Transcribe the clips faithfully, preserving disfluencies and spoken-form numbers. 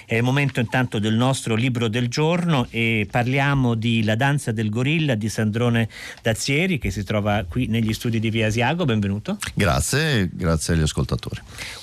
È il momento intanto del nostro libro del giorno e parliamo di La danza del gorilla di Sandrone Dazieri, che si trova qui negli studi di Via Asiago. Benvenuto. Grazie, grazie agli ascoltatori.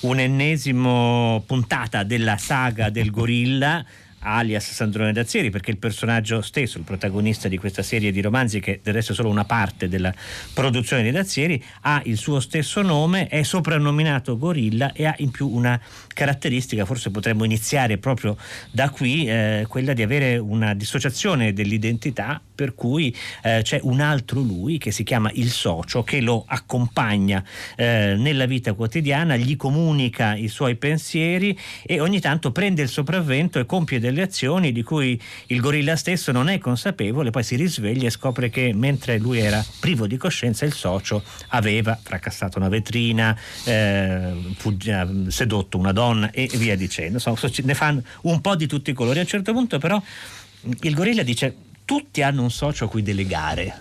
Un'ennesimo puntata della saga del gorilla alias Sandrone Dazieri, perché il personaggio stesso, il protagonista di questa serie di romanzi, che del resto è solo una parte della produzione di Dazieri, ha il suo stesso nome, è soprannominato Gorilla e ha in più una caratteristica, forse potremmo iniziare proprio da qui, eh, quella di avere una dissociazione dell'identità, per cui eh, c'è un altro lui che si chiama il socio, che lo accompagna eh, nella vita quotidiana, gli comunica i suoi pensieri e ogni tanto prende il sopravvento e compie delle azioni di cui il gorilla stesso non è consapevole. Poi si risveglia e scopre che mentre lui era privo di coscienza, il socio aveva fracassato una vetrina, eh, fugg- sedotto una donna e via dicendo. Insomma, ne fanno un po' di tutti i colori. A un certo punto però il gorilla dice: tutti hanno un socio a cui delegare.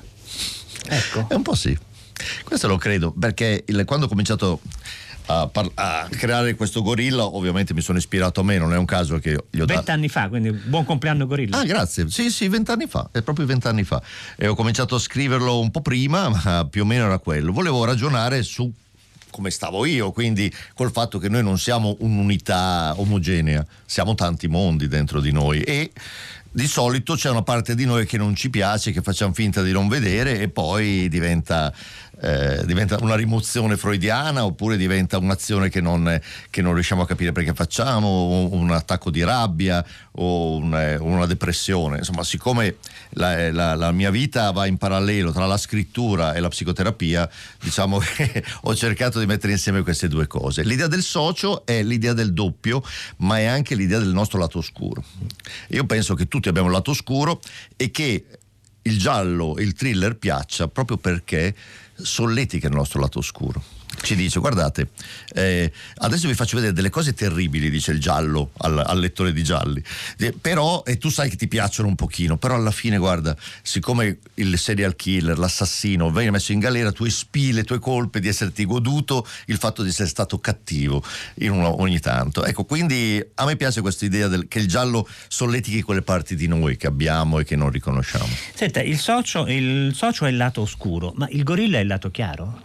Ecco. È un po' sì. Questo lo credo, perché il, quando ho cominciato A, par- a creare questo gorilla, ovviamente mi sono ispirato a me, non è un caso che gli ho dato vent'anni fa, quindi buon compleanno gorilla. Ah, grazie. Sì, sì, vent'anni fa, è proprio vent'anni fa. E ho cominciato a scriverlo un po' prima, ma più o meno era quello. Volevo ragionare su come stavo io, quindi col fatto che noi non siamo un'unità omogenea, siamo tanti mondi dentro di noi e di solito c'è una parte di noi che non ci piace, che facciamo finta di non vedere e poi diventa Eh, diventa una rimozione freudiana, oppure diventa un'azione che non, che non riusciamo a capire perché facciamo, o un attacco di rabbia o un, una depressione. Insomma, siccome la, la, la mia vita va in parallelo tra la scrittura e la psicoterapia, diciamo che ho cercato di mettere insieme queste due cose. L'idea del socio è l'idea del doppio, ma è anche l'idea del nostro lato oscuro. Io penso che tutti abbiamo un lato oscuro e che il giallo e il thriller piaccia proprio perché solletica il nostro lato oscuro. Ci dice: guardate, eh, adesso vi faccio vedere delle cose terribili, dice il giallo al, al lettore di gialli, eh, però, e tu sai che ti piacciono un pochino, però alla fine guarda, siccome il serial killer, l'assassino viene messo in galera, tu espi le tue colpe di esserti goduto il fatto di essere stato cattivo in uno, ogni tanto. Ecco, quindi a me piace questa idea del, che il giallo solletichi quelle parti di noi che abbiamo e che non riconosciamo. Senta, il socio, il socio è il lato oscuro, ma il gorilla è il lato chiaro?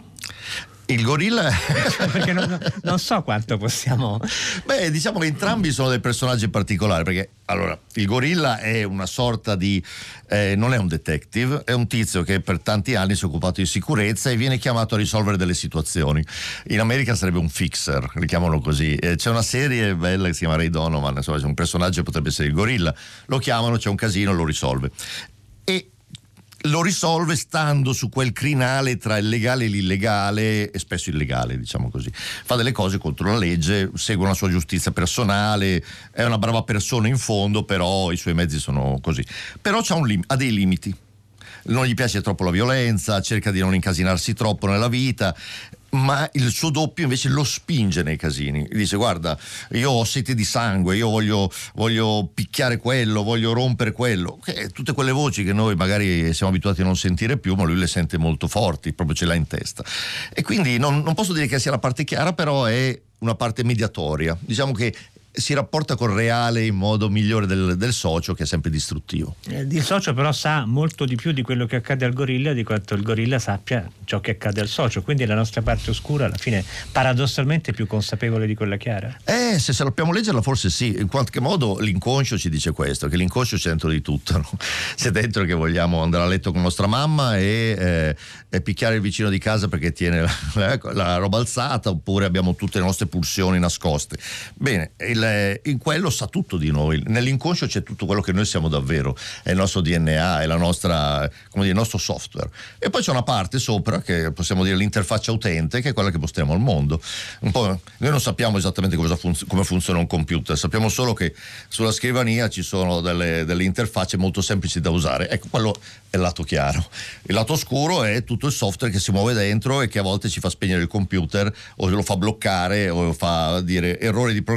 Il gorilla perché non, non so quanto possiamo. Beh, diciamo che entrambi sono dei personaggi particolari, perché allora il gorilla è una sorta di eh, non è un detective, è un tizio che per tanti anni si è occupato di sicurezza e viene chiamato a risolvere delle situazioni. In America sarebbe un fixer, li chiamano così. Eh, c'è una serie bella che si chiama Ray Donovan, insomma, c'è un personaggio che potrebbe essere il gorilla, lo chiamano, c'è un casino, lo risolve e lo risolve stando su quel crinale tra il legale e l'illegale, e spesso illegale, diciamo così. Fa delle cose contro la legge, segue una sua giustizia personale, è una brava persona in fondo, però i suoi mezzi sono così. Però c'ha un lim- ha dei limiti. Non gli piace troppo la violenza, cerca di non incasinarsi troppo nella vita, ma il suo doppio invece lo spinge nei casini. Dice: guarda, io ho sete di sangue, io voglio, voglio picchiare quello, voglio rompere quello, che tutte quelle voci che noi magari siamo abituati a non sentire più, ma lui le sente molto forti, proprio ce l'ha in testa. E quindi non, non posso dire che sia la parte chiara, però è una parte mediatoria, diciamo che si rapporta col reale in modo migliore del, del socio, che è sempre distruttivo. Il socio però sa molto di più di quello che accade al gorilla di quanto il gorilla sappia ciò che accade al socio, quindi la nostra parte oscura alla fine paradossalmente è più consapevole di quella chiara. Eh, se sappiamo leggerla forse sì, in qualche modo l'inconscio ci dice questo, che l'inconscio c'è dentro di tutto, no? C'è dentro che vogliamo andare a letto con nostra mamma e, eh, e picchiare il vicino di casa perché tiene la, la, la roba alzata, oppure abbiamo tutte le nostre pulsioni nascoste. Bene, il in quello sa tutto di noi, nell'inconscio c'è tutto quello che noi siamo davvero, è il nostro D N A, è la nostra, come dire, il nostro software, e poi c'è una parte sopra che possiamo dire l'interfaccia utente, che è quella che mostriamo al mondo. Un po', noi non sappiamo esattamente cosa funz- come funziona un computer, sappiamo solo che sulla scrivania ci sono delle, delle interfacce molto semplici da usare. Ecco, quello è il lato chiaro. Il lato oscuro è tutto il software che si muove dentro e che a volte ci fa spegnere il computer o lo fa bloccare o fa dire errori di programma,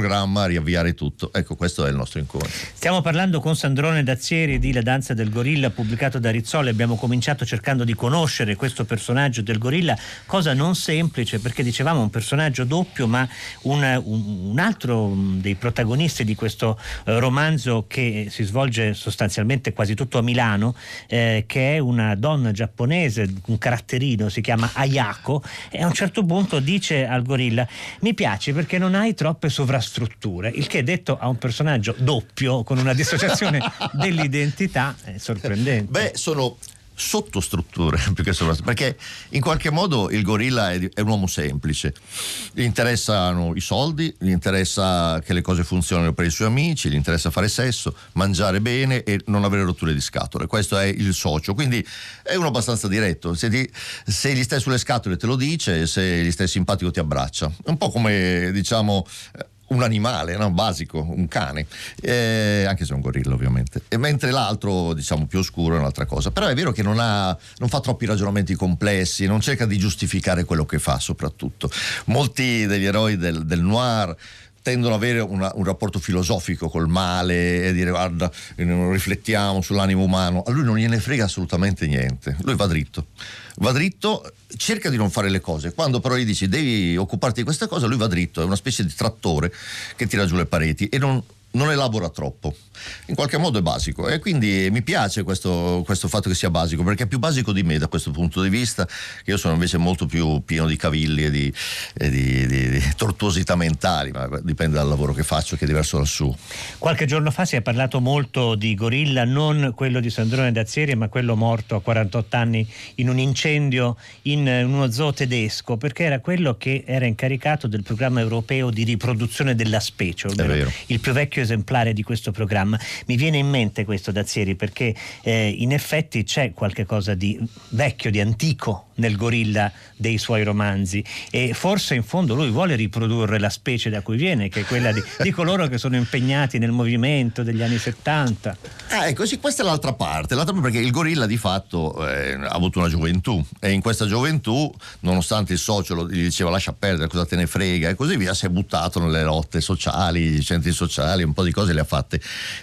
riavviare tutto. Ecco, questo è il nostro incontro. Stiamo parlando con Sandrone Dazzieri di La danza del gorilla, pubblicato da Rizzoli. Abbiamo cominciato cercando di conoscere questo personaggio del gorilla, cosa non semplice, perché dicevamo un personaggio doppio, ma un, un, un altro dei protagonisti di questo eh, romanzo, che si svolge sostanzialmente quasi tutto a Milano, eh, che è una donna giapponese, un caratterino, si chiama Ayako, e a un certo punto dice al gorilla: mi piace perché non hai troppe sovrastrutture, il che, detto a un personaggio doppio con una dissociazione dell'identità, è sorprendente. Beh, sono sottostrutture più che sovrastrutture, perché in qualche modo il gorilla è, è un uomo semplice, gli interessano i soldi, gli interessa che le cose funzionino per i suoi amici, gli interessa fare sesso, mangiare bene e non avere rotture di scatole. Questo è il socio, quindi è uno abbastanza diretto. Se, ti, se gli stai sulle scatole te lo dice, se gli stai simpatico ti abbraccia. È un po' come, diciamo, un animale, no? Basico, un cane, eh, anche se è un gorilla ovviamente, e mentre l'altro, diciamo, più oscuro è un'altra cosa. Però è vero che non ha, non fa troppi ragionamenti complessi, non cerca di giustificare quello che fa. Soprattutto molti degli eroi del, del noir tendono ad avere una, un rapporto filosofico col male e dire: guarda, riflettiamo sull'animo umano. A lui non gliene frega assolutamente niente, lui va dritto va dritto, cerca di non fare le cose. Quando però gli dici devi occuparti di questa cosa, lui va dritto, è una specie di trattore che tira giù le pareti e non, non elabora troppo. In qualche modo è basico, e quindi mi piace questo, questo fatto che sia basico, perché è più basico di me da questo punto di vista, che io sono invece molto più pieno di cavilli e di, e di, di, di tortuosità mentali, ma dipende dal lavoro che faccio, che è diverso dal suo. Qualche giorno fa si è parlato molto di gorilla, non quello di Sandrone Dazzieri, ma quello morto a quarantotto anni in un incendio in uno zoo tedesco, perché era quello che era incaricato del programma europeo di riproduzione della specie, ovvero il più vecchio esemplare di questo programma. Mi viene in mente questo, Dazzieri, perché eh, in effetti c'è qualche cosa di vecchio, di antico nel gorilla dei suoi romanzi, e forse in fondo lui vuole riprodurre la specie da cui viene, che è quella di, di coloro che sono impegnati nel movimento degli anni settanta. Ah, ecco, sì, questa è l'altra parte, l'altra parte, perché il gorilla di fatto eh, ha avuto una gioventù, e in questa gioventù, nonostante il socio lo, gli diceva lascia perdere, cosa te ne frega e così via, si è buttato nelle lotte sociali, i centri sociali, un po' di cose le ha fatte.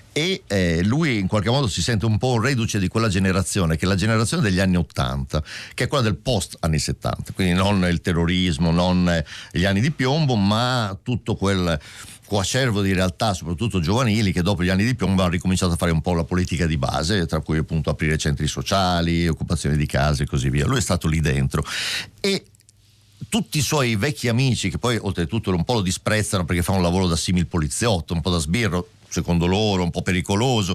E eh, lui in qualche modo si sente un po' un reduce di quella generazione, che è la generazione degli anni ottanta, che è quella del post anni settanta, quindi non il terrorismo, non gli anni di piombo, ma tutto quel coacervo di realtà, soprattutto giovanili, che dopo gli anni di piombo hanno ricominciato a fare un po' la politica di base, tra cui appunto aprire centri sociali, occupazione di case e così via. Lui è stato lì dentro, e tutti i suoi vecchi amici, che poi oltretutto un po' lo disprezzano perché fa un lavoro da simil poliziotto, un po' da sbirro, secondo loro un po' pericoloso,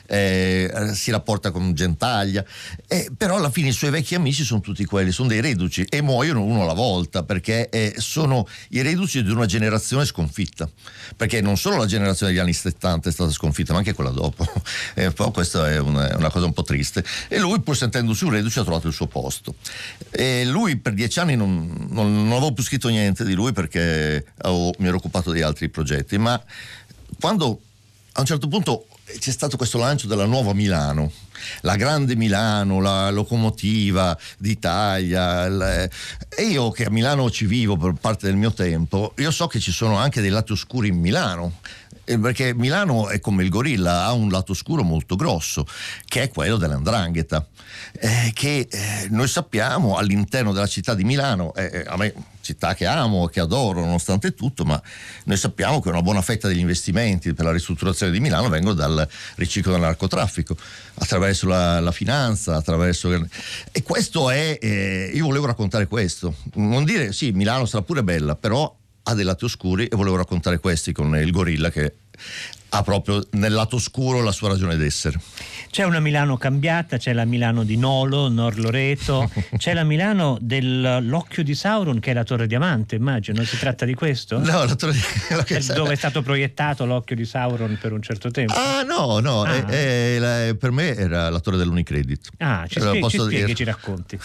eh, si rapporta con gentaglia, eh, però alla fine i suoi vecchi amici sono tutti quelli, sono dei reduci, e muoiono uno alla volta, perché eh, sono i reduci di una generazione sconfitta, perché non solo la generazione degli anni settanta è stata sconfitta, ma anche quella dopo. E poi questa è una, è una cosa un po' triste, e lui, pur sentendosi un reduce, ha trovato il suo posto. E lui per dieci anni non, non, non avevo più scritto niente di lui, perché avevo, mi ero occupato di altri progetti, ma quando a un certo punto c'è stato questo lancio della nuova Milano, la grande Milano, la locomotiva d'Italia, le... e io che a Milano ci vivo per parte del mio tempo, io so che ci sono anche dei lati oscuri in Milano, perché Milano è come il gorilla, ha un lato oscuro molto grosso, che è quello dell'andrangheta, eh, che eh, noi sappiamo all'interno della città di Milano, eh, a me città che amo, che adoro nonostante tutto, ma noi sappiamo che una buona fetta degli investimenti per la ristrutturazione di Milano vengono dal riciclo del narcotraffico, attraverso la, la finanza, attraverso... E questo è... Eh, io volevo raccontare questo, non dire sì, Milano sarà pure bella, però ha dei lati oscuri, e volevo raccontare questi con il gorilla, che ha proprio nel lato oscuro la sua ragione d'essere. C'è una Milano cambiata, c'è la Milano di Nolo, Nor Loreto, c'è la Milano dell'Occhio di Sauron, che è la Torre Diamante, immagino. Si tratta di questo? No, la Torre di... dove è stato proiettato l'Occhio di Sauron per un certo tempo. Ah no, no, ah. È, è, la, per me era la Torre dell'Unicredit. Ah, ci, spie- ci spieghi, dire... ci racconti.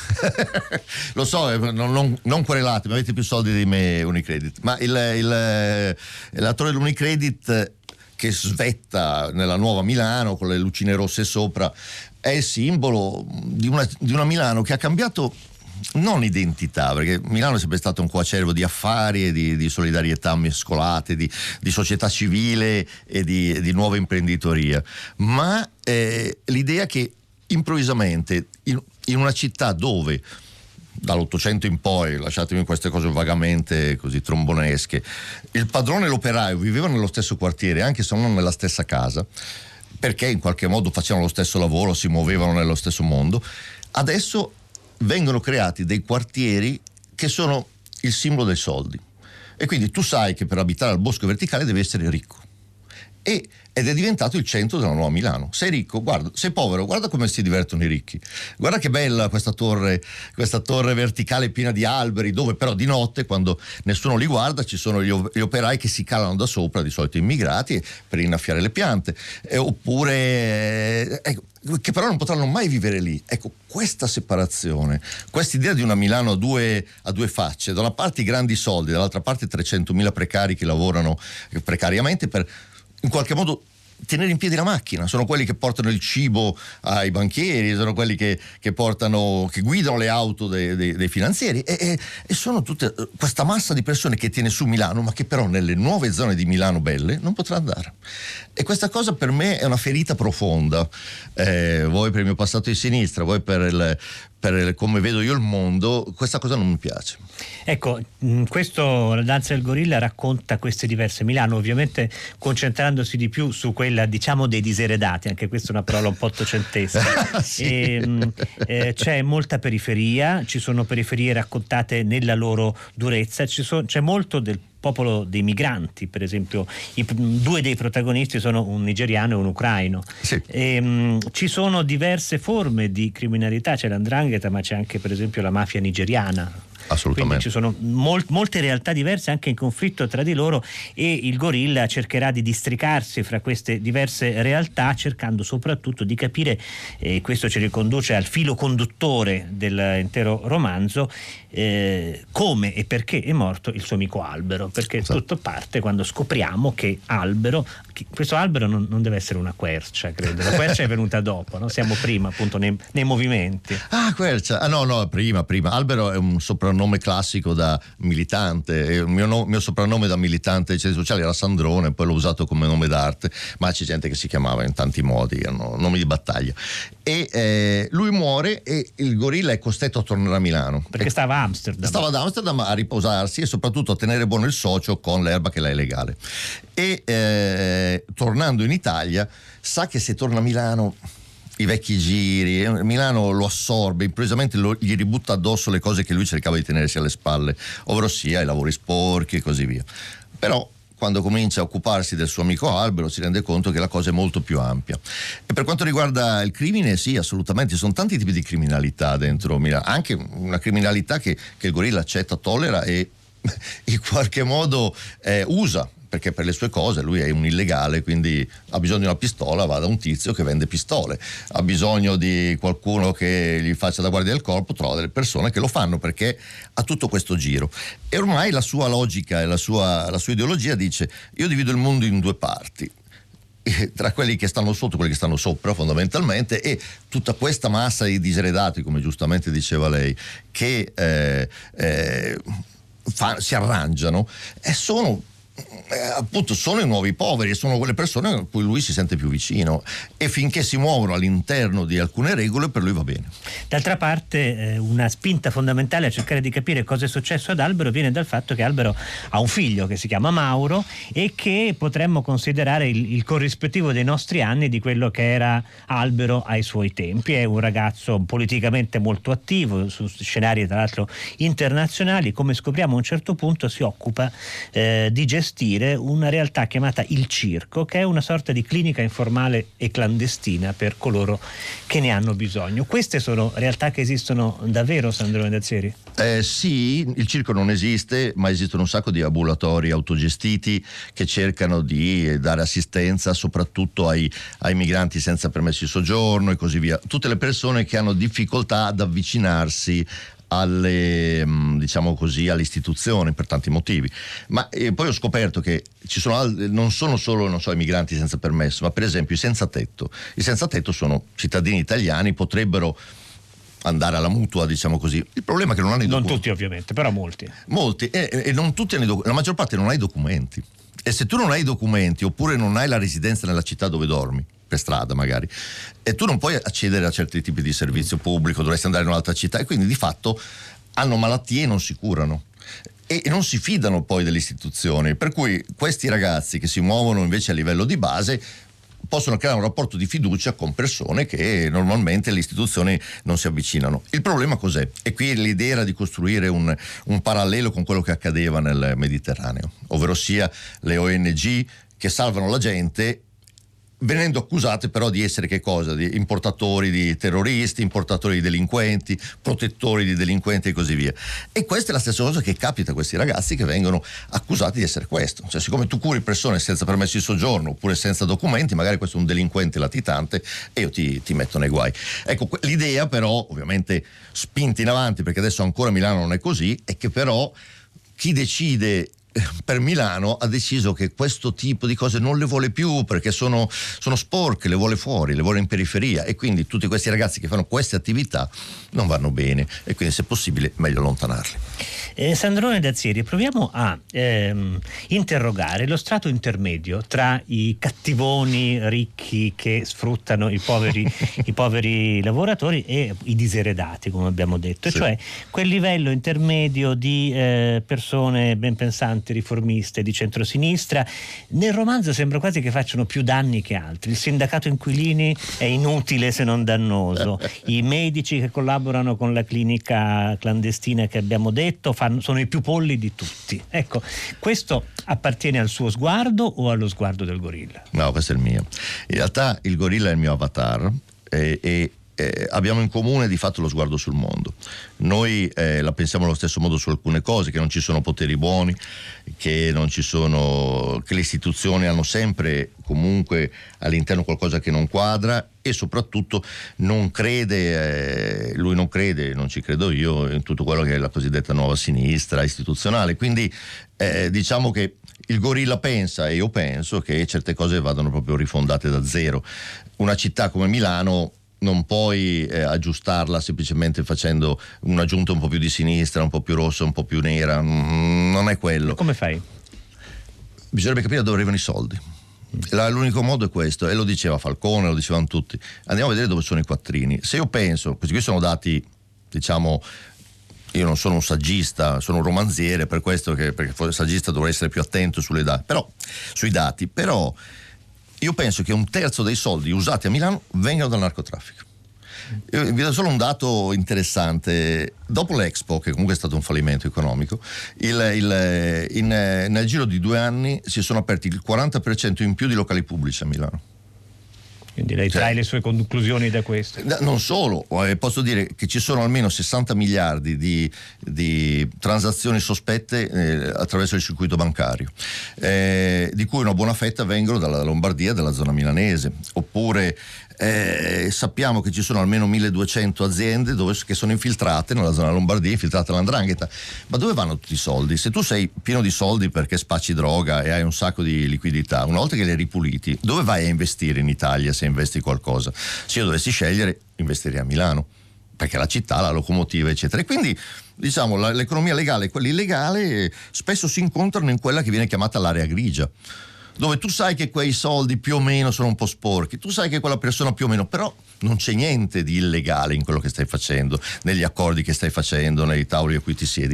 Lo so, non, non, non querelate, ma avete più soldi di me Unicredit. Ma il, il, la Torre dell'Unicredit, che svetta nella nuova Milano con le lucine rosse sopra, è il simbolo di una, di una Milano che ha cambiato non identità, perché Milano è sempre stato un coacervo di affari e di, di solidarietà mescolate, di, di società civile e di, di nuova imprenditoria, ma eh, l'idea che improvvisamente in, in una città dove dall'Ottocento in poi, lasciatemi queste cose vagamente così trombonesche, il padrone e l'operaio vivevano nello stesso quartiere anche se non nella stessa casa, perché in qualche modo facevano lo stesso lavoro, si muovevano nello stesso mondo, adesso vengono creati dei quartieri che sono il simbolo dei soldi, e quindi tu sai che per abitare al Bosco Verticale devi essere ricco, e, ed è diventato il centro della nuova Milano. Sei ricco, guarda, sei povero, guarda come si divertono i ricchi, guarda che bella questa torre, questa torre verticale piena di alberi, dove però di notte, quando nessuno li guarda, ci sono gli, gli operai che si calano da sopra, di solito immigrati, per innaffiare le piante, eh, oppure eh, ecco, che però non potranno mai vivere lì. Ecco, questa separazione, questa idea di una Milano a due, a due facce, da una parte i grandi soldi, dall'altra parte trecentomila precari che lavorano precariamente per in qualche modo tenere in piedi la macchina, sono quelli che portano il cibo ai banchieri, sono quelli che, che portano, che guidano le auto dei, dei, dei finanzieri, e, e, e sono tutta questa massa di persone che tiene su Milano, ma che però nelle nuove zone di Milano belle non potrà andare. E questa cosa per me è una ferita profonda, eh, voi per il mio passato di sinistra, voi per il per come vedo io il mondo, questa cosa non mi piace. Ecco, questo La danza del gorilla racconta queste diverse Milano, ovviamente concentrandosi di più su quella, diciamo, dei diseredati, anche questa è una parola un po' ottocentesca. Sì. E, eh, c'è molta periferia, ci sono periferie raccontate nella loro durezza, ci sono, c'è molto del popolo dei migranti, per esempio i, due dei protagonisti sono un nigeriano e un ucraino. Sì. E, mh, ci sono diverse forme di criminalità, c'è l'andrangheta, ma c'è anche per esempio la mafia nigeriana. Assolutamente. Quindi ci sono mol- molte realtà diverse anche in conflitto tra di loro, e il gorilla cercherà di districarsi fra queste diverse realtà, cercando soprattutto di capire, e questo ci riconduce al filo conduttore dell'intero romanzo, eh, come e perché è morto il suo amico Albero, perché esatto. Tutto parte quando scopriamo che Albero, che questo Albero non, non deve essere una quercia, credo, la quercia è venuta dopo, no? Siamo prima appunto nei, nei movimenti. Ah, quercia, ah no no, prima, prima, Albero è un soprannome nome classico da militante, il mio, no, mio soprannome da militante dei centri sociali era Sandrone, poi l'ho usato come nome d'arte, ma c'è gente che si chiamava in tanti modi, erano nomi di battaglia, e eh, lui muore e il gorilla è costretto a tornare a Milano perché e stava a Amsterdam stava ad Amsterdam a riposarsi e soprattutto a tenere buono il socio con l'erba che là è legale, e eh, tornando in Italia sa che se torna a Milano i vecchi giri, Milano lo assorbe, improvvisamente lo, gli ributta addosso le cose che lui cercava di tenersi alle spalle, ovvero sia i lavori sporchi e così via. Però quando comincia a occuparsi del suo amico Albero si rende conto che la cosa è molto più ampia. E per quanto riguarda il crimine, sì, assolutamente, ci sono tanti tipi di criminalità dentro Milano, anche una criminalità che, che il gorilla accetta, tollera e in qualche modo eh, usa, perché per le sue cose lui è un illegale, quindi ha bisogno di una pistola, va da un tizio che vende pistole, ha bisogno di qualcuno che gli faccia da guardia del corpo, trova delle persone che lo fanno, perché ha tutto questo giro. E ormai la sua logica e la sua, la sua ideologia dice: io divido il mondo in due parti, tra quelli che stanno sotto e quelli che stanno sopra fondamentalmente, e tutta questa massa di diseredati, come giustamente diceva lei, che eh, eh, fa, si arrangiano e sono Eh, appunto sono i nuovi poveri, sono quelle persone a cui lui si sente più vicino, e finché si muovono all'interno di alcune regole per lui va bene. D'altra parte eh, una spinta fondamentale a cercare di capire cosa è successo ad Albero viene dal fatto che Albero ha un figlio che si chiama Mauro e che potremmo considerare il, il corrispettivo dei nostri anni di quello che era Albero ai suoi tempi. È un ragazzo politicamente molto attivo su scenari tra l'altro internazionali, come scopriamo a un certo punto si occupa eh, di gestire una realtà chiamata Il Circo, che è una sorta di clinica informale e clandestina per coloro che ne hanno bisogno. Queste sono realtà che esistono davvero, Sandro Mendazzieri? Eh, sì, il circo non esiste, ma esistono un sacco di ambulatori autogestiti che cercano di dare assistenza soprattutto ai, ai migranti senza permesso di soggiorno e così via. Tutte le persone che hanno difficoltà ad avvicinarsi alle, diciamo così, alle istituzioni per tanti motivi. Ma eh, poi ho scoperto che ci sono al- non sono solo, non so, i migranti senza permesso, ma per esempio i senza tetto. I senza tetto sono cittadini italiani, potrebbero andare alla mutua, diciamo così. Il problema è che non hanno i non documenti. Non tutti ovviamente, però molti. Molti, e, e non tutti hanno i documenti, la maggior parte non ha i documenti. E se tu non hai i documenti oppure non hai la residenza nella città dove dormi, per strada magari, e tu non puoi accedere a certi tipi di servizio pubblico, dovresti andare in un'altra città, e quindi di fatto hanno malattie e non si curano. E non si fidano poi delle istituzioni, per cui questi ragazzi che si muovono invece a livello di base possono creare un rapporto di fiducia con persone che normalmente le istituzioni non si avvicinano. Il problema cos'è? E qui l'idea era di costruire un, un parallelo con quello che accadeva nel Mediterraneo, ovvero sia le O N G che salvano la gente venendo accusate però di essere che cosa? Di importatori di terroristi, importatori di delinquenti, protettori di delinquenti e così via. E questa è la stessa cosa che capita a questi ragazzi che vengono accusati di essere questo. Cioè, siccome tu curi persone senza permesso di soggiorno oppure senza documenti, magari questo è un delinquente latitante e io ti, ti metto nei guai. Ecco, l'idea però, ovviamente spinta in avanti, perché adesso ancora a Milano non è così, è che però chi decide per Milano ha deciso che questo tipo di cose non le vuole più perché sono, sono sporche, le vuole fuori, le vuole in periferia, e quindi tutti questi ragazzi che fanno queste attività non vanno bene, e quindi se possibile meglio allontanarli. eh, Sandrone Dazzieri, proviamo a ehm, interrogare lo strato intermedio tra i cattivoni ricchi che sfruttano i poveri, i poveri lavoratori e i diseredati, come abbiamo detto, sì. Cioè quel livello intermedio di eh, persone ben pensanti, riformiste, di centrosinistra. Nel romanzo sembra quasi che facciano più danni che altri. Il sindacato inquilini è inutile se non dannoso, i medici che collaborano con la clinica clandestina che abbiamo detto fanno, sono i più polli di tutti. Ecco, questo appartiene al suo sguardo o allo sguardo del gorilla? No, questo è il mio. In realtà il gorilla è il mio avatar e, e Eh, abbiamo in comune di fatto lo sguardo sul mondo. Noi eh, la pensiamo allo stesso modo su alcune cose, che non ci sono poteri buoni, che non ci sono, che le istituzioni hanno sempre comunque all'interno qualcosa che non quadra, e soprattutto non crede, eh, lui non crede, non ci credo io, in tutto quello che è la cosiddetta nuova sinistra istituzionale. Quindi eh, diciamo che il gorilla pensa, e io penso, che certe cose vadano proprio rifondate da zero. Una città come Milano non puoi eh, aggiustarla semplicemente facendo un'aggiunta un po' più di sinistra, un po' più rossa, un po' più nera, mm, non è quello. Come fai? Bisognerebbe capire da dove arrivano i soldi. La, l'unico modo è questo, e lo diceva Falcone, lo dicevano tutti. Andiamo a vedere dove sono i quattrini. Se io penso, questi qui sono dati, diciamo, io non sono un saggista, sono un romanziere, per questo che, perché fosse saggista dovrei essere più attento sulle dati, però, sui dati, però io penso che un terzo dei soldi usati a Milano vengano dal narcotraffico. Io vi do solo un dato interessante. Dopo l'Expo, che comunque è stato un fallimento economico, il, il, in, nel giro di due anni si sono aperti il quaranta per cento in più di locali pubblici a Milano. Quindi lei trae cioè, le sue conclusioni da questo? Non solo, eh, posso dire che ci sono almeno sessanta miliardi di, di transazioni sospette eh, attraverso il circuito bancario, eh, di cui una buona fetta vengono dalla Lombardia e dalla zona milanese. Oppure eh, sappiamo che ci sono almeno milleduecento aziende dove, che sono infiltrate nella zona Lombardia, infiltrate all'andrangheta. Ma dove vanno tutti i soldi? Se tu sei pieno di soldi perché spacci droga e hai un sacco di liquidità, una volta che li hai ripuliti, dove vai a investire in Italia se investi qualcosa? Se io dovessi scegliere, investirei a Milano, perché la città, la locomotiva, eccetera. E quindi, diciamo, la, l'economia legale e quella illegale spesso si incontrano in quella che viene chiamata l'area grigia, dove tu sai che quei soldi più o meno sono un po' sporchi, tu sai che quella persona più o meno, però non c'è niente di illegale in quello che stai facendo, negli accordi che stai facendo, nei tavoli a cui ti siedi.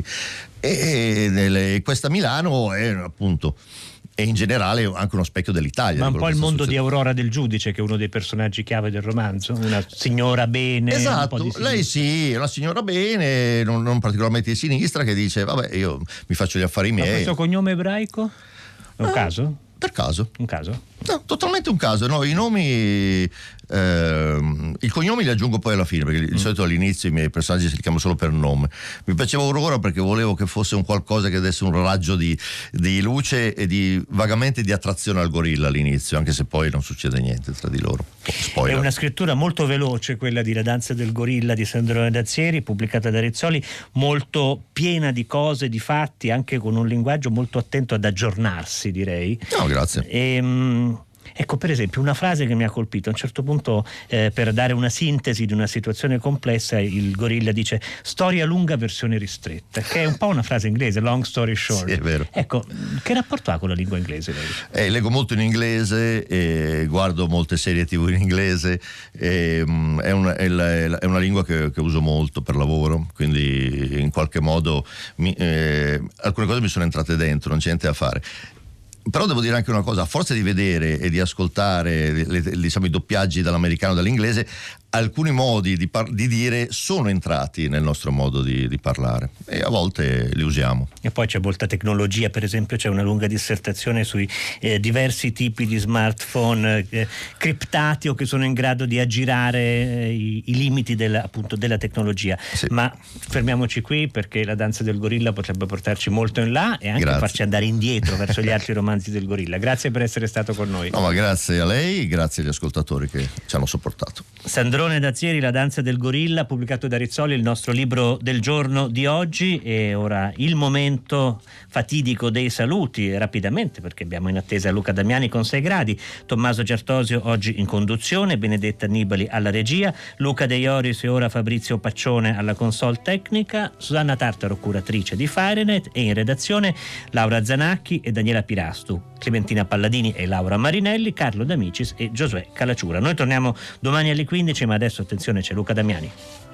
E nelle, questa Milano è appunto, e in generale anche uno specchio dell'Italia. Ma un po' il mondo di Aurora del Giudice, che è uno dei personaggi chiave del romanzo, una signora bene. Esatto, un po' di lei sì, è una signora bene, non, non particolarmente di sinistra, che dice vabbè, io mi faccio gli affari miei. Ma questo cognome ebraico? È un ah, caso? Per caso. Un caso? No, totalmente un caso. No, i nomi, ehm, i cognomi li aggiungo poi alla fine, perché di mm. solito all'inizio i miei personaggi si li chiamo solo per nome. Mi piaceva Aurora perché volevo che fosse un qualcosa che desse un raggio di, di luce e di vagamente di attrazione al gorilla all'inizio, anche se poi non succede niente tra di loro. Spoiler. È una scrittura molto veloce quella di La danza del gorilla di Sandrone Dazzieri, pubblicata da Rizzoli, molto piena di cose, di fatti, anche con un linguaggio molto attento ad aggiornarsi, direi. No, grazie. E, Ecco, per esempio, una frase che mi ha colpito, a un certo punto, eh, per dare una sintesi di una situazione complessa, il gorilla dice storia lunga versione ristretta, che è un po' una frase inglese, long story short. Sì, è vero. Ecco, che rapporto ha con la lingua inglese lei? Eh, leggo molto in inglese, eh, guardo molte serie tivù in inglese, eh, è, una, è, la, è una lingua che, che uso molto per lavoro, quindi in qualche modo mi, eh, alcune cose mi sono entrate dentro, non c'è niente da fare. Però devo dire anche una cosa: a forza di vedere e di ascoltare le, le, diciamo, i doppiaggi dall'americano e dall'inglese, alcuni modi di, par- di dire sono entrati nel nostro modo di, di parlare e a volte li usiamo. E poi c'è molta tecnologia, per esempio c'è una lunga dissertazione sui eh, diversi tipi di smartphone eh, criptati o che sono in grado di aggirare eh, i, i limiti della, appunto, della tecnologia. Sì. Ma fermiamoci qui, perché La danza del gorilla potrebbe portarci molto in là e anche grazie. farci andare indietro verso gli altri romanzi del gorilla. Grazie per essere stato con noi. No, ma grazie a lei, grazie agli ascoltatori che ci hanno sopportato. Sandrone Dazieri, La danza del gorilla, pubblicato da Rizzoli, il nostro libro del giorno di oggi. E ora il momento fatidico dei saluti, rapidamente, perché abbiamo in attesa Luca Damiani con sei gradi, Tommaso Giartosio oggi in conduzione, Benedetta Annibali alla regia, Luca De Ioris e ora Fabrizio Paccione alla console tecnica, Susanna Tartaro curatrice di Fahrenheit, e in redazione Laura Zanacchi e Daniela Pirastu, Clementina Palladini e Laura Marinelli, Carlo D'Amicis e Giosuè Calacciura. Noi torniamo domani alle quindici, ma adesso attenzione, c'è Luca Damiani.